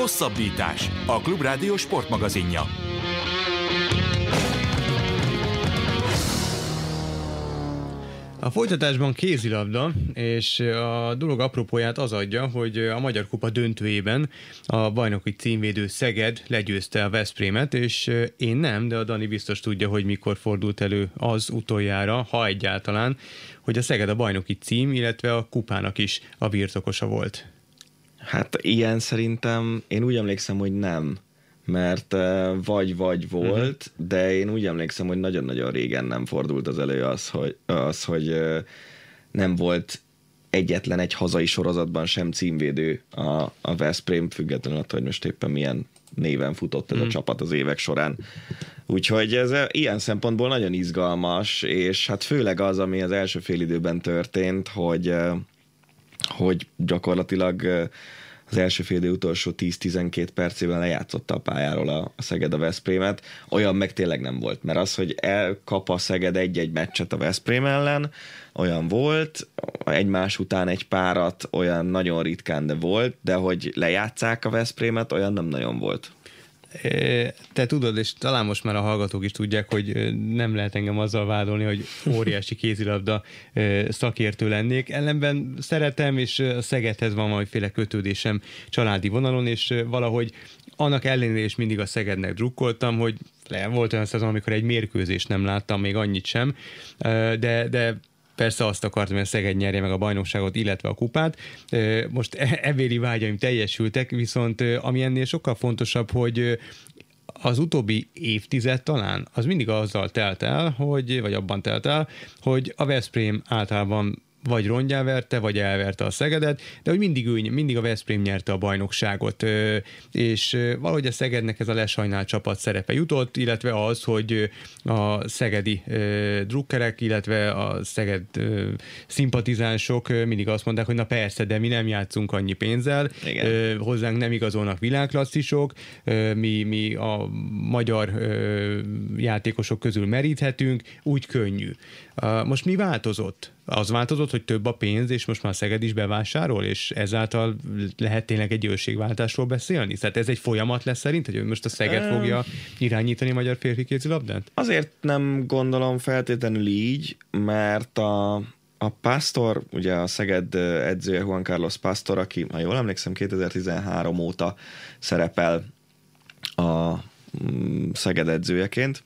Hosszabbítás, a Klubrádió sportmagazinja. A folytatásban kézilabda, és a dolog apropóját az adja, hogy a Magyar Kupa döntőjében a bajnoki címvédő Szeged legyőzte a Veszprémet, és én nem, de a Dani biztos tudja, hogy mikor fordult elő az utoljára, ha egyáltalán, hogy a Szeged a bajnoki cím, illetve a kupának is a birtokosa volt. Hát ilyen szerintem, én úgy emlékszem, hogy nem, mert vagy volt, de én úgy emlékszem, hogy nagyon-nagyon régen nem fordult az elő hogy nem volt egyetlen egy hazai sorozatban sem címvédő a Veszprém, függetlenül attól, hogy most éppen milyen néven futott ez a csapat az évek során. Úgyhogy ez ilyen szempontból nagyon izgalmas, és hát főleg az, ami az első félidőben történt, hogy gyakorlatilag az első félidő utolsó 10-12 percében lejátszotta a pályáról a Szeged a Veszprémet. Olyan meg tényleg nem volt, mert az, hogy elkap a Szeged egy-egy meccset a Veszprém ellen, olyan volt, egymás után egy párat, olyan nagyon ritkán, de volt, de hogy lejátsszák a Veszprémet, olyan nem nagyon volt. Te tudod, és talán most már a hallgatók is tudják, hogy nem lehet engem azzal vádolni, hogy óriási kézilabda szakértő lennék. Ellenben szeretem, és a Szegedhez van valamiféle kötődésem családi vonalon, és valahogy annak ellenére is mindig a Szegednek drukkoltam, hogy volt olyan szezon, amikor egy mérkőzést nem láttam, még annyit sem, de persze azt akartam, hogy a Szeged nyerje meg a bajnokságot, illetve a kupát. Most ebbéli vágyaim teljesültek, viszont ami ennél sokkal fontosabb, hogy az utóbbi évtized talán, az mindig azzal telt el, vagy abban telt el, hogy a Veszprém általában vagy rongyá verte, vagy elverte a Szegedet, de hogy mindig a Veszprém nyerte a bajnokságot, és valahogy a Szegednek ez a lesajnált csapat szerepe jutott, illetve az, hogy a szegedi drukkerek, illetve a Szeged szimpatizánsok mindig azt mondták, hogy na persze, de mi nem játszunk annyi pénzzel, hozzánk nem igazolnak világklasszisok, mi a magyar játékosok közül meríthetünk, úgy könnyű. Most mi változott? Az változott, hogy több a pénz, és most már Szeged is bevásárol, és ezáltal lehet tényleg egy őrségváltásról beszélni? Tehát ez egy folyamat lesz szerint, hogy most a Szeged fogja irányítani a magyar férfi kézilabdát? Azért nem gondolom feltétlenül így, mert a Pásztor, ugye a Szeged edzője Juan Carlos Pásztor, aki, ha jól emlékszem, 2013 óta szerepel a Szeged edzőjeként,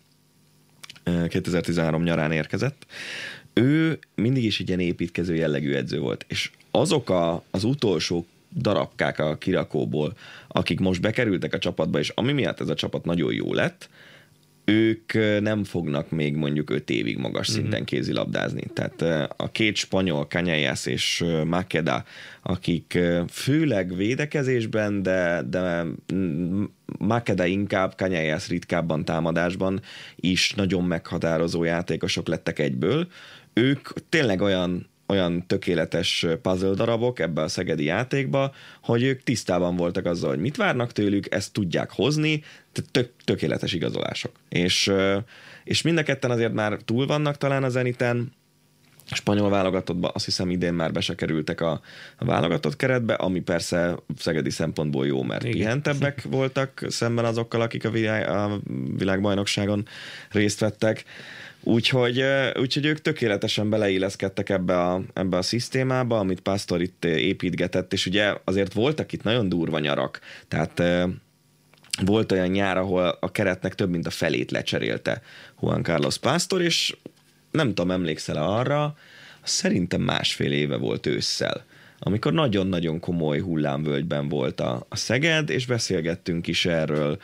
2013 nyarán érkezett. Ő mindig is egy ilyen építkező jellegű edző volt, és azok az utolsó darabkák a kirakóból, akik most bekerültek a csapatba, és ami miatt ez a csapat nagyon jó lett, ők nem fognak még mondjuk 5 évig magas szinten kézilabdázni. Tehát a két spanyol, Cañellas és Makeda, akik főleg védekezésben, de Makeda inkább, Cañellas ritkábban támadásban is nagyon meghatározó játékosok lettek egyből. Ők tényleg olyan tökéletes puzzle darabok ebbe a szegedi játékba, hogy ők tisztában voltak azzal, hogy mit várnak tőlük, ezt tudják hozni, tökéletes igazolások. És mind a ketten azért már túl vannak talán a Zeniten, a spanyol válogatottba azt hiszem idén már be se kerültek a válogatott keretbe, ami persze szegedi szempontból jó, mert pihentebbek voltak szemben azokkal, akik a világbajnokságon részt vettek. Úgyhogy ők tökéletesen beleilleszkedtek ebbe a szisztémába, amit Pásztor itt építgetett, és ugye azért voltak itt nagyon durva nyarak, tehát volt olyan nyár, ahol a keretnek több mint a felét lecserélte Juan Carlos Pásztor, és nem tudom, emlékszel arra, szerintem 1,5 éve volt ősszel, amikor nagyon-nagyon komoly hullámvölgyben volt a Szeged, és beszélgettünk is erről,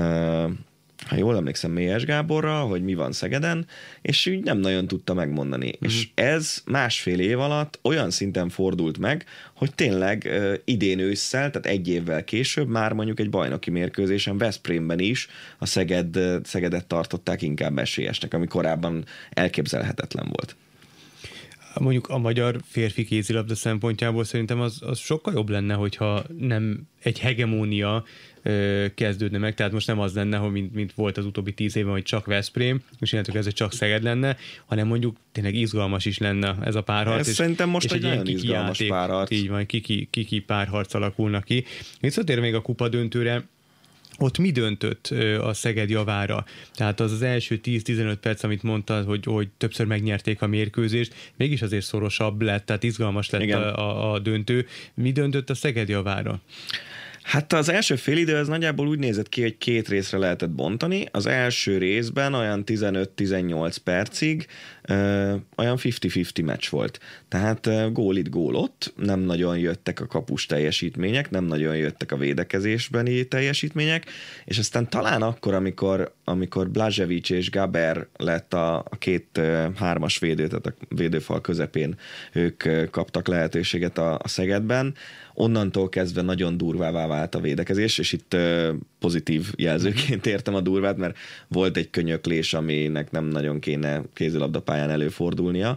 ha jól emlékszem, Mélyes Gáborra, hogy mi van Szegeden, és úgy nem nagyon tudta megmondani. És ez 1,5 év alatt olyan szinten fordult meg, hogy tényleg idén ősszel, tehát 1 évvel később már mondjuk egy bajnoki mérkőzésen Veszprémben is a Szegedet tartották inkább esélyesnek, ami korábban elképzelhetetlen volt. mondjuk a magyar férfi kézilabda szempontjából szerintem az sokkal jobb lenne, hogyha nem egy hegemónia kezdődne meg, tehát most nem az lenne, hogy mint volt az utóbbi 10 évben, hogy csak Veszprém, és innentől kezdve csak Szeged lenne, hanem mondjuk tényleg izgalmas is lenne ez a párharc. Ez szerintem most egy nagyon izgalmas párharc. Így van, kiki párharc alakulnak ki. Visszatér még a kupa döntőre, ott mi döntött a Szeged javára? Tehát az első 10-15 perc, amit mondtad, hogy többször megnyerték a mérkőzést, mégis azért szorosabb lett, tehát izgalmas lett a döntő. Mi döntött a Szeged javára? Hát az első félidő az nagyjából úgy nézett ki, hogy 2 részre lehetett bontani. Az első részben olyan 15-18 percig olyan 50-50 meccs volt. Tehát gól itt, gól ott, nem nagyon jöttek a kapus teljesítmények, nem nagyon jöttek a védekezésbeni teljesítmények, és aztán talán akkor, amikor Blažević és Gaber lett a 2 3-as védő, tehát a védőfal közepén ők kaptak lehetőséget a Szegedben, onnantól kezdve nagyon durvává vált a védekezés, és itt pozitív jelzőként értem a durvát, mert volt egy könyöklés, aminek nem nagyon kéne kézilabdapályán előfordulnia.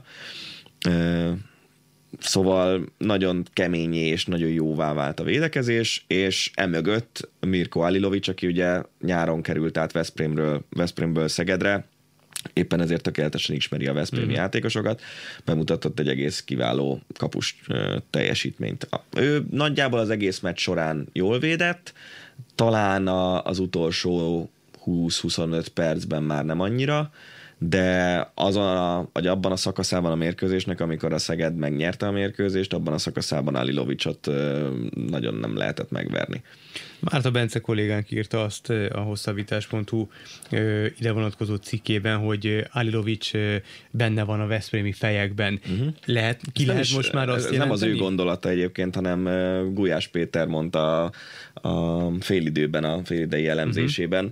Szóval nagyon keményé és nagyon jóvá vált a védekezés, és emögött Mirko Alilović, aki ugye nyáron került át Veszprémből Szegedre, éppen ezért tökéletesen ismeri a veszprémi játékosokat, bemutatott egy egész kiváló kapus teljesítményt. Ő nagyjából az egész meccs során jól védett, talán az utolsó 20-25 percben már nem annyira, de abban a szakaszában a mérkőzésnek, amikor a Szeged megnyerte a mérkőzést, abban a szakaszában Alilovićot nagyon nem lehetett megverni. Márta Bence kollégánk írta azt a hosszabbítás.hu ide vonatkozó cikkében, hogy Alilović benne van a veszprémi fejekben. Lehet most már azt jelenteni? Nem az ő gondolata egyébként, hanem Gulyás Péter mondta a félidőben, a félidei elemzésében.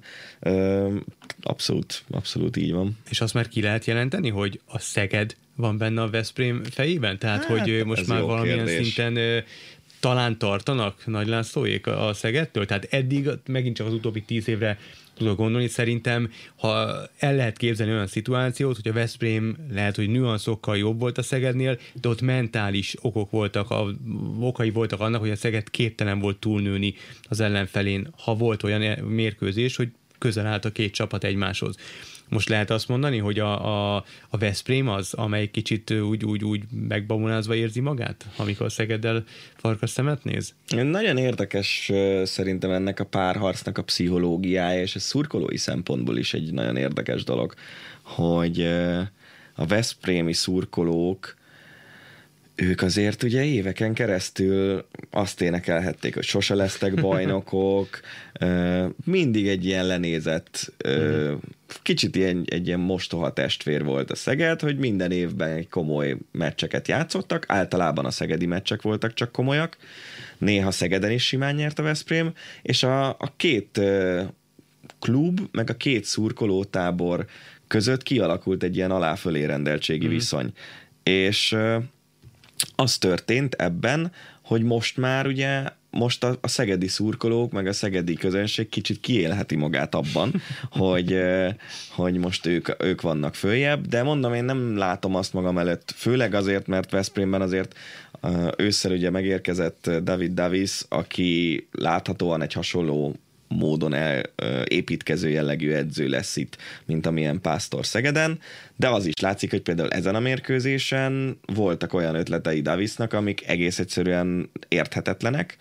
Abszolút így van. És azt már ki lehet jelenteni, hogy a Szeged van benne a Veszprém fejében? Tehát, hogy most már valamilyen szinten talán tartanak Nagy Lászlóék a Szegedtől? Tehát eddig megint csak az utóbbi 10 évre tudok gondolni, szerintem, ha el lehet képzelni olyan szituációt, hogy a Veszprém lehet, hogy nüanszokkal jobb volt a Szegednél, de ott mentális okai voltak annak, hogy a Szeged képtelen volt túlnőni az ellenfelén, ha volt olyan mérkőzés, hogy közel állt a 2 csapat egymáshoz. Most lehet azt mondani, hogy a Veszprém az, amely kicsit úgy megbabonázva érzi magát, amikor Szegeddel farkas szemet néz? Nagyon érdekes szerintem ennek a párharcnak a pszichológiája, és ez szurkolói szempontból is egy nagyon érdekes dolog, hogy a veszprémi szurkolók ők azért ugye éveken keresztül azt énekelhették, hogy sose lesztek bajnokok, mindig egy ilyen lenézett, kicsit egy ilyen mostoha testvér volt a Szeged, hogy minden évben komoly meccseket játszottak, általában a szegedi meccsek voltak csak komolyak, néha Szegeden is simán nyert a Veszprém, és a 2 klub, meg a 2 szurkolótábor között kialakult egy ilyen alá-fölé rendeltségi viszony. És az történt ebben, hogy most már ugye a szegedi szurkolók, meg a szegedi közönség kicsit kiélheti magát abban, hogy most ők vannak följebb, de mondom, én nem látom azt magam előtt, főleg azért, mert Veszprémben azért ősszel ugye megérkezett David Davis, aki láthatóan egy hasonló módon építkező jellegű edző lesz itt, mint amilyen Pásztor Szegeden, de az is látszik, hogy például ezen a mérkőzésen voltak olyan ötletei Davisnak, amik egész egyszerűen érthetetlenek,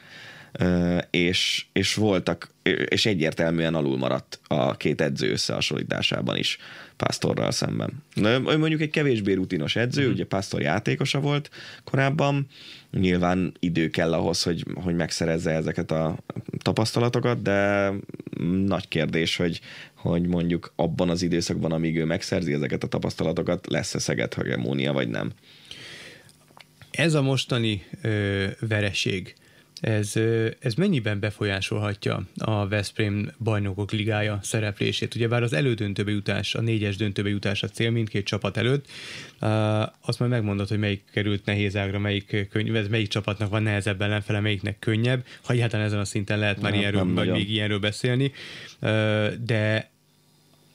és voltak, és egyértelműen alul maradt a 2 edző összehasonlításában is Pásztorral szemben. Ő mondjuk egy kevésbé rutinos edző, ugye Pásztor játékosa volt korábban, nyilván idő kell ahhoz, hogy megszerezze ezeket a tapasztalatokat, de nagy kérdés, hogy mondjuk abban az időszakban, amíg ő megszerzi ezeket a tapasztalatokat, lesz-e Szeged hegemónia, vagy nem. Ez a mostani vereség, ez mennyiben befolyásolhatja a Veszprém Bajnokok Ligája szereplését? Ugyebár az elődöntőbe jutás, a 4-es döntőbe jutás a cél mindkét csapat előtt. Azt majd megmondod, hogy melyik került nehéz ágra, melyik csapatnak van nehezebb ellenfele, melyiknek könnyebb, ha egyáltalán ezen a szinten lehet már még ilyenről beszélni. De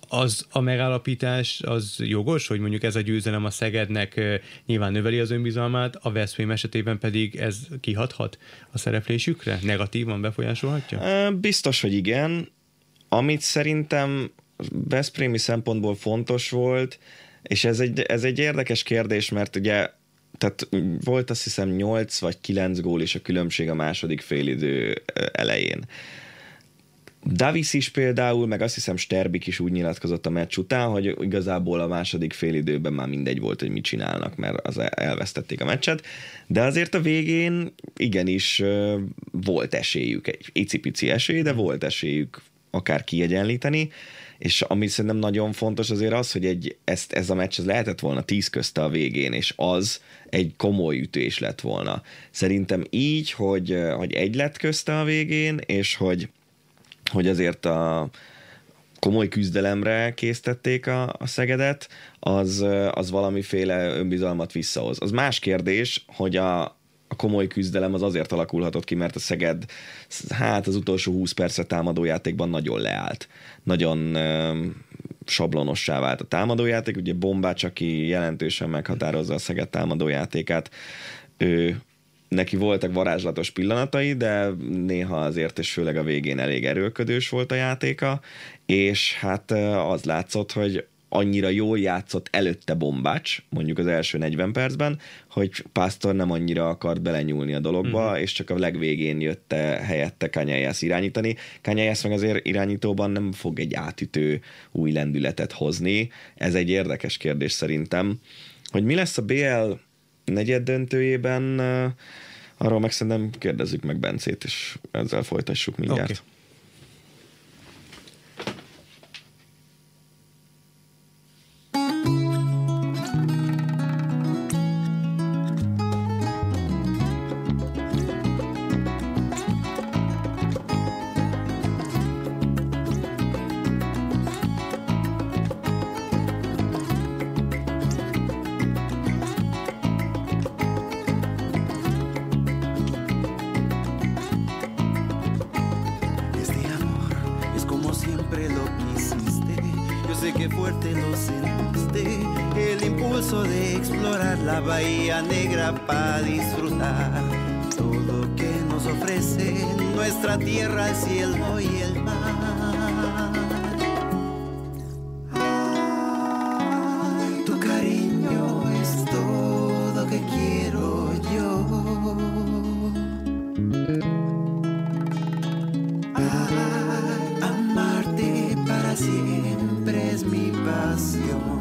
az a megállapítás az jogos, hogy mondjuk ez a győzelem a Szegednek nyilván növeli az önbizalmát, a Veszprém esetében pedig ez kihathat a szereplésükre? Negatívan befolyásolhatja? Biztos, hogy igen. Amit szerintem veszprémi szempontból fontos volt, és ez egy érdekes kérdés, mert ugye tehát volt azt hiszem 8 vagy 9 gól is a különbség a második félidő elején. Davis is például, meg azt hiszem Sterbik is úgy nyilatkozott a meccs után, hogy igazából a második félidőben már mindegy volt, hogy mit csinálnak, mert elvesztették a meccset, de azért a végén igenis volt esélyük, egy icipici esély, de volt esélyük akár kiegyenlíteni, és ami szerintem nagyon fontos azért az, hogy ez a meccs lehetett volna 10 közte a végén, és az egy komoly ütés lett volna. Szerintem így, hogy egy lett közte a végén, és hogy azért a komoly küzdelemre késztették a Szegedet, az valamiféle önbizalmat visszahoz. Az más kérdés, hogy a komoly küzdelem az azért alakulhatott ki, mert a Szeged az utolsó 20 percre támadójátékban nagyon leállt. Nagyon sablonossá vált a támadójáték. Ugye Bombács, aki jelentősen meghatározza a Szeged támadójátékát, neki voltak varázslatos pillanatai, de néha azért, és főleg a végén elég erőlködős volt a játéka, és hát az látszott, hogy annyira jól játszott előtte Bombács, mondjuk az első 40 percben, hogy Pásztor nem annyira akart belenyúlni a dologba, és csak a legvégén jött helyette Kanyájász irányítani. Kanyájász meg azért irányítóban nem fog egy átütő új lendületet hozni. Ez egy érdekes kérdés szerintem. Hogy mi lesz a BL negyeddöntőjében, arról meg szerintem kérdezzük meg Bencét, és ezzel folytassuk mindjárt. Okay. Para disfrutar todo que nos ofrece nuestra tierra, el cielo y el mar. Ay, tu cariño es todo que quiero yo. Ay, amarte para siempre es mi pasión.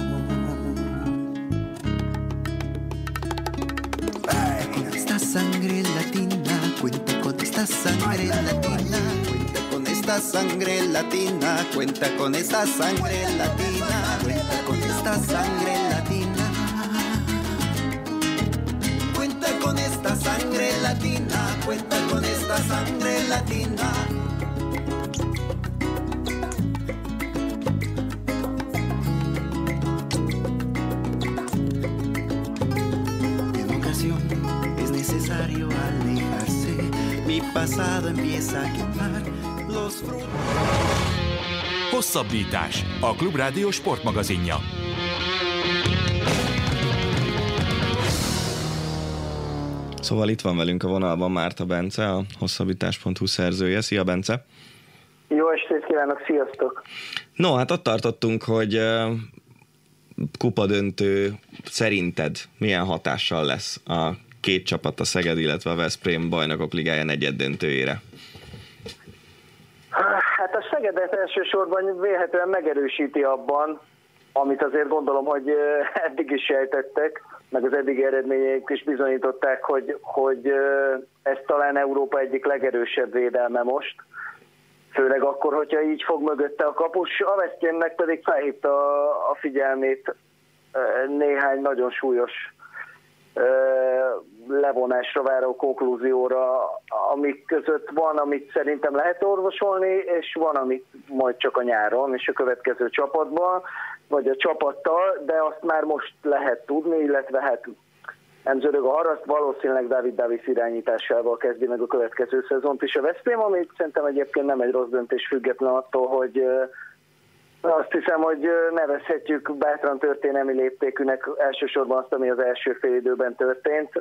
Sangre latina, cuenta con esta sangre latina, cuenta con esta sangre latina, cuenta con esta sangre latina, cuenta con esta sangre latina, cuenta con esta sangre latina, cuenta con esta sangre latina. Alejarse, mi pasado empieza a quemar los frutos. Hosszabbítás, a Klubrádió sportmagazinja. Szóval itt van velünk a vonalban Márta Bence, a hosszabbítás.hu szerzője. Szia, Bence! Jó estét kívánok, sziasztok! No, hát ott tartottunk, hogy kupadöntő szerinted milyen hatással lesz a két csapat, a Szeged, illetve a Veszprém bajnokok ligája negyeddöntőjére? Hát a Szegedet elsősorban vélhetően megerősíti abban, amit azért gondolom, hogy eddig is sejtettek, meg az eddigi eredményeik is bizonyították, hogy ez talán Európa egyik legerősebb védelme most. Főleg akkor, hogyha így fog mögötte a kapus. A Veszprémnek pedig felhívta a figyelmét néhány nagyon súlyos levonásra váró konklúzióra, amik között van, amit szerintem lehet orvosolni, és van, amit majd csak a nyáron, és a következő csapatban, vagy a csapattal, de azt már most lehet tudni, illetve hát nem zörög a haraszt, valószínűleg David Davis irányításával kezdi meg a következő szezont is a Veszprém, ami szerintem egyébként nem egy rossz döntés, független attól, Azt hiszem, hogy nevezhetjük bátran történelmi léptékűnek elsősorban azt, ami az első félidőben történt.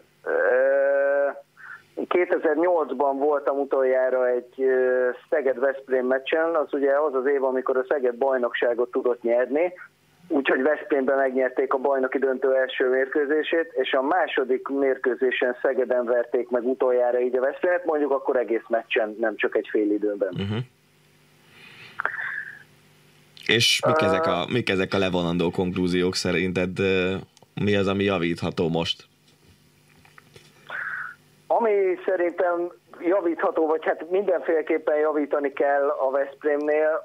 2008-ban voltam utoljára egy Szeged-Veszprém meccsen, az ugye az az év, amikor a Szeged bajnokságot tudott nyerni, úgyhogy Veszprémben megnyerték a bajnoki döntő első mérkőzését, és a második mérkőzésen Szegeden verték meg utoljára így a Veszprémet, mondjuk akkor egész meccsen, nem csak egy fél időben. Uh-huh. És mik ezek a levonandó konklúziók szerinted? Mi az, ami javítható most? Ami szerintem javítható, vagy hát mindenféleképpen javítani kell a Veszprémnél,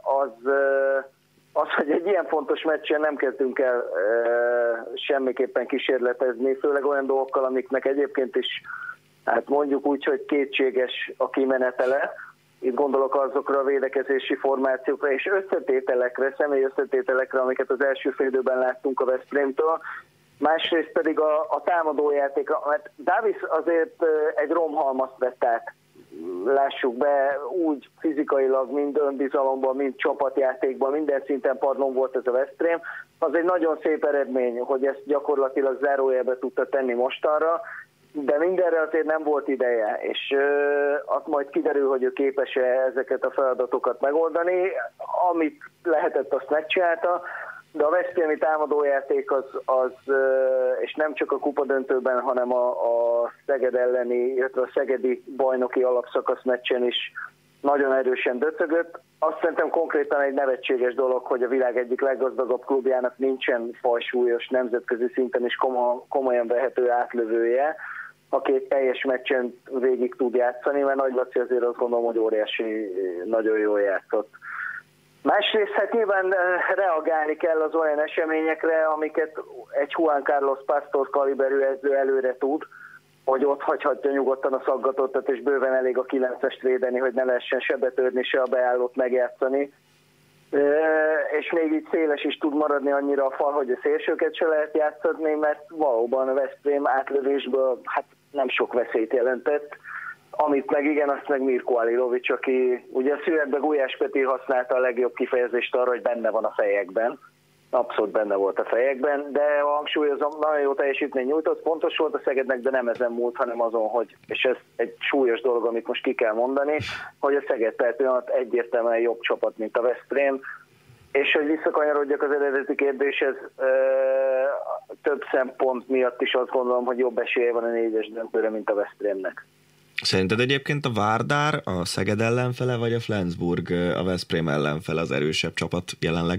az, hogy egy ilyen fontos meccsen nem kezdünk el semmiképpen kísérletezni, főleg olyan dolgokkal, amiknek egyébként is, hát mondjuk úgy, hogy kétséges a kimenetele. Itt gondolok azokra a védekezési formációkra és összetételekre, személy összetételekre, amiket az első fél időben láttunk a Veszprémtől. Másrészt pedig a támadójátékra, mert Davis azért egy romhalmazt vett át, lássuk be, úgy fizikailag, mind önbizalomban, mind csapatjátékban, minden szinten padlón volt ez a Veszprém. Az egy nagyon szép eredmény, hogy ezt gyakorlatilag zárójelbe tudta tenni mostanra, de mindenre azért nem volt ideje, és azt majd kiderül, hogy ő képes-e ezeket a feladatokat megoldani. Amit lehetett, azt megcsinálta, de a veszprémi támadójáték az és nem csak a kupadöntőben, hanem a Szeged elleni, illetve a szegedi bajnoki alapszakasz meccsen is nagyon erősen döcögött. Azt szerintem konkrétan egy nevetséges dolog, hogy a világ egyik leggazdagabb klubjának nincsen fajsúlyos, nemzetközi szinten is komolyan vehető átlövője, aki egy teljes meccsen végig tud játszani, mert Nagy Laci azért azt gondolom, hogy óriási, nagyon jól játszott. Másrészt hát nyilván reagálni kell az olyan eseményekre, amiket egy Juan Carlos Pastor kaliberű edző előre tud, hogy ott hagyhatja nyugodtan a szaggatottat, és bőven elég a 9-est védeni, hogy ne lehessen se betörni, se a beállót megjátszani. És még így széles is tud maradni annyira a fal, hogy a szélsőket se lehet játszani, mert valóban a Veszprém átlövésből hát nem sok veszélyt jelentett. Amit meg igen, azt meg Mirko Alilovics, aki ugye a szünetben Gulyás Peti használta a legjobb kifejezést arra, hogy benne van a fejekben. Abszolút benne volt a fejekben, de hangsúlyozom, nagyon jó teljesítmény nyújtott, fontos volt a Szegednek, de nem ezen múlt, hanem azon, hogy, és ez egy súlyos dolog, amit most ki kell mondani, hogy a Szeged per pillanat egyértelműen jobb csapat, mint a Veszprém, és hogy visszakanyarodjak az eredeti kérdéshez, több szempont miatt is azt gondolom, hogy jobb esélye van a 4-es döntőre, mint a Veszprémnek. Szerinted egyébként a Várdár, a Szeged ellenfele, vagy a Flensburg, a Veszprém ellenfele az erősebb csapat jelenleg?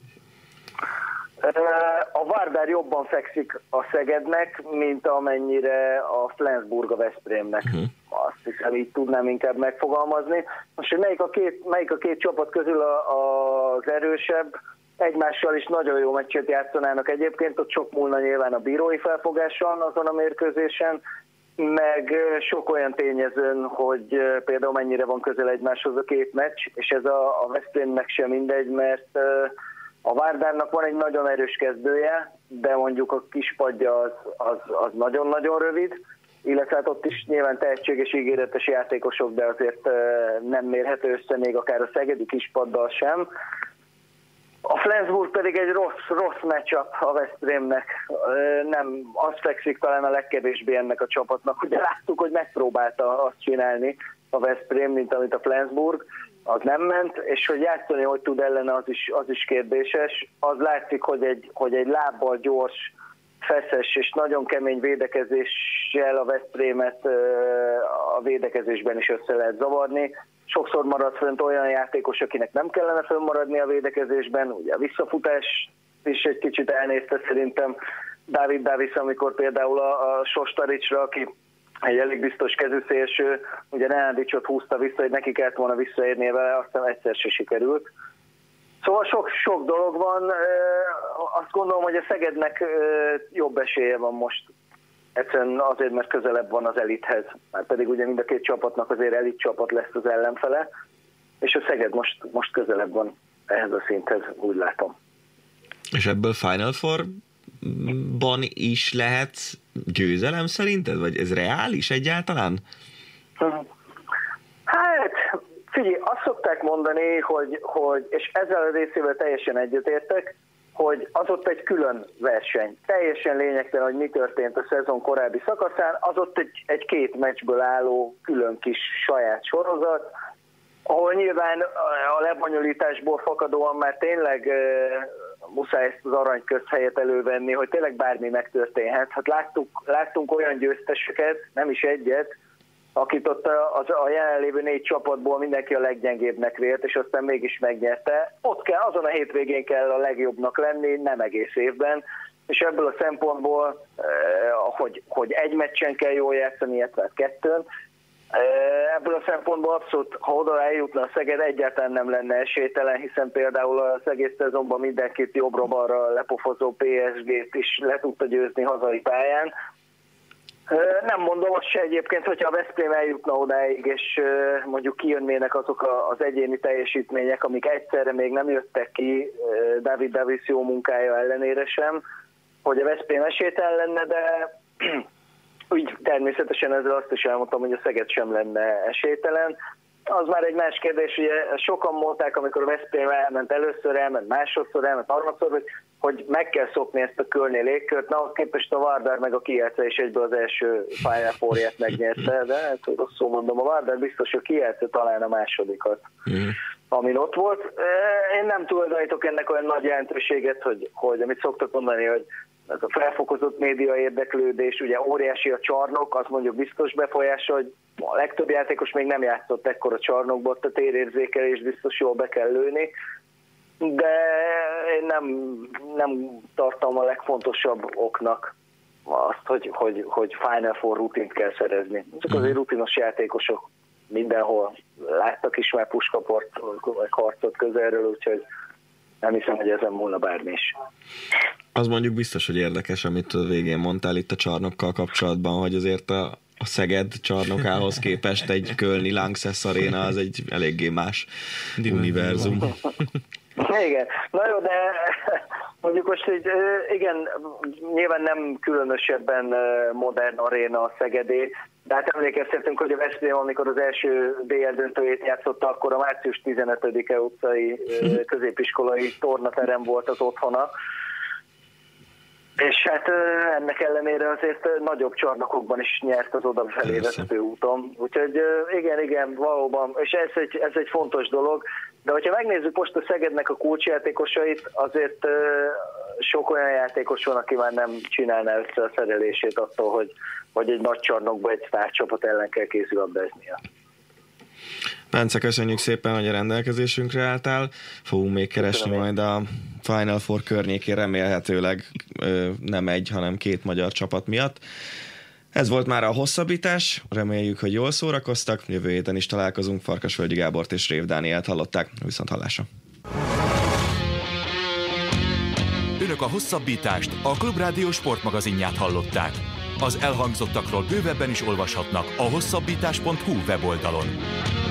A Várdár jobban fekszik a Szegednek, mint amennyire a Flensburg a Veszprémnek. Azt hiszem, így tudnám inkább megfogalmazni. Most, hogy melyik a két csapat közül az erősebb, egymással is nagyon jó meccset játszanának egyébként, ott sok múlna nyilván a bírói felfogáson azon a mérkőzésen, meg sok olyan tényezőn, hogy például mennyire van közel egymáshoz a két meccs, és ez a Veszprémnek sem mindegy, mert a Várdárnak van egy nagyon erős kezdője, de mondjuk a kispadja az nagyon-nagyon rövid, illetve hát ott is nyilván tehetséges, ígéretes játékosok, de azért nem mérhető össze még akár a szegedi kispaddal sem. A Flensburg pedig egy rossz matchup a Veszprémnek. Nem, az fekszik talán a legkevésbé ennek a csapatnak. Ugye láttuk, hogy megpróbálta azt csinálni a Veszprém, mint amit a Flensburg, az nem ment, és hogy játszani, hogy tud ellene, az is kérdéses. Az látszik, hogy egy lábbal gyors, feszes és nagyon kemény védekezéssel a Veszprémet a védekezésben is össze lehet zavarni. Sokszor marad fönt olyan játékos, akinek nem kellene fönnmaradni a védekezésben, ugye a visszafutás is egy kicsit elnézte szerintem Dávid Davis, amikor például a Sostaricsra, aki egy elég biztos kezű szélső, ugye Nenadicsot húzta vissza, hogy neki kellett volna visszaérnie vele, aztán egyszer se sikerült. Szóval sok dolog van, azt gondolom, hogy a Szegednek jobb esélye van most. Egyszerűen azért, mert közelebb van az elithez, már pedig ugye mind a két csapatnak azért elit csapat lesz az ellenfele, és a Szeged most közelebb van ehhez a szinthez, úgy látom. És ebből Final Four-ban is lehet győzelem szerinted? Vagy ez reális egyáltalán? Hát Figyelj, azt szokták mondani, hogy és ezzel a részével teljesen egyetértek, hogy az ott egy külön verseny. Teljesen lényegtelen, hogy mi történt a szezon korábbi szakaszán, az ott egy 2 meccsből álló külön kis saját sorozat, ahol nyilván a lebonyolításból fakadóan már tényleg muszáj ezt az aranyközhelyet elővenni, hogy tényleg bármi megtörténhet. Hát láttunk olyan győzteseket, nem is egyet, akit ott a jelenlévő 4 csapatból mindenki a leggyengébbnek vélt, és aztán mégis megnyerte. Ott kell, azon a hétvégén kell a legjobbnak lenni, nem egész évben, és ebből a szempontból, hogy egy meccsen kell jól játszani, illetve 2-n, ebből a szempontból abszolút, ha oda eljutna a Szeged, egyáltalán nem lenne esélytelen, hiszen például az egész szezonban mindenkit jobbra-balra lepofozó PSG-t is le tudta győzni hazai pályán. Nem mondom azt se egyébként, hogyha a Veszprém eljutna odáig, és mondjuk kijönnének azok az egyéni teljesítmények, amik egyszerre még nem jöttek ki David Davis jó munkája ellenére sem, hogy a Veszprém esélytelen lenne, de úgy természetesen ezzel azt is elmondtam, hogy a Szeged sem lenne esélytelen. Az már egy más kérdés, ugye sokan mondták, amikor a Veszprém elment először, elment másodszor, elment harmadszor, hogy meg kell szokni ezt a kölni légkört. Na, képest a Vardar meg a Kielce is egyből az első Final Four-ját megnyerte, de hát rosszul mondom, a Vardar biztos, hogy Kielce talán a másodikat, amin ott volt. Én nem tulajdonítok ennek olyan nagy jelentőséget, hogy amit szoktak mondani, hogy ez a felfokozott média érdeklődés, ugye óriási a csarnok, az mondjuk biztos befolyása, hogy a legtöbb játékos még nem játszott ekkora csarnokba, a térérzékelés biztos jól be kell lőni, de én nem tartom a legfontosabb oknak azt, hogy Final Four rutint kell szerezni. Csak azért rutinos játékosok mindenhol láttak is már puskaport, vagy harcot közelről, úgyhogy nem hiszem, hogy ezen múlna bármi is. Az mondjuk biztos, hogy érdekes, amit a végén mondtál itt a csarnokkal kapcsolatban, hogy azért a Szeged csarnokához képest egy kölni Lanxess Arena az egy eléggé más univerzum. Igen, na jó, de mondjuk most így, igen, nyilván nem különösebben modern aréna a Szegedé, de hát emlékeztetünk, hogy a Veszprém, amikor az első BL döntőjét játszotta, akkor a március 15-e utcai középiskolai tornaterem volt az otthona. És hát ennek ellenére azért nagyobb csarnokokban is nyert az odafelé vezető úton. Úgyhogy igen, valóban, és ez egy fontos dolog. De hogyha megnézzük most a Szegednek a kulcsjátékosait, azért sok olyan játékos van, aki már nem csinálná össze a szerelését attól, hogy egy nagy csarnokban egy sztárcsapat ellen kell kézilabdáznia. Bence, köszönjük szépen, hogy a rendelkezésünkre álltál. Fogunk még keresni majd a Final Four környékén, remélhetőleg nem egy, hanem 2 magyar csapat miatt. Ez volt már a hosszabbítás, reméljük, hogy jól szórakoztak. Jövő héten is találkozunk, Farkasvölgyi Gábort és Rév Dánielt hallották. Viszont hallásra. Önök a hosszabbítást, a Klubrádió sportmagazinját hallották. Az elhangzottakról bővebben is olvashatnak a hosszabbítás.hu weboldalon.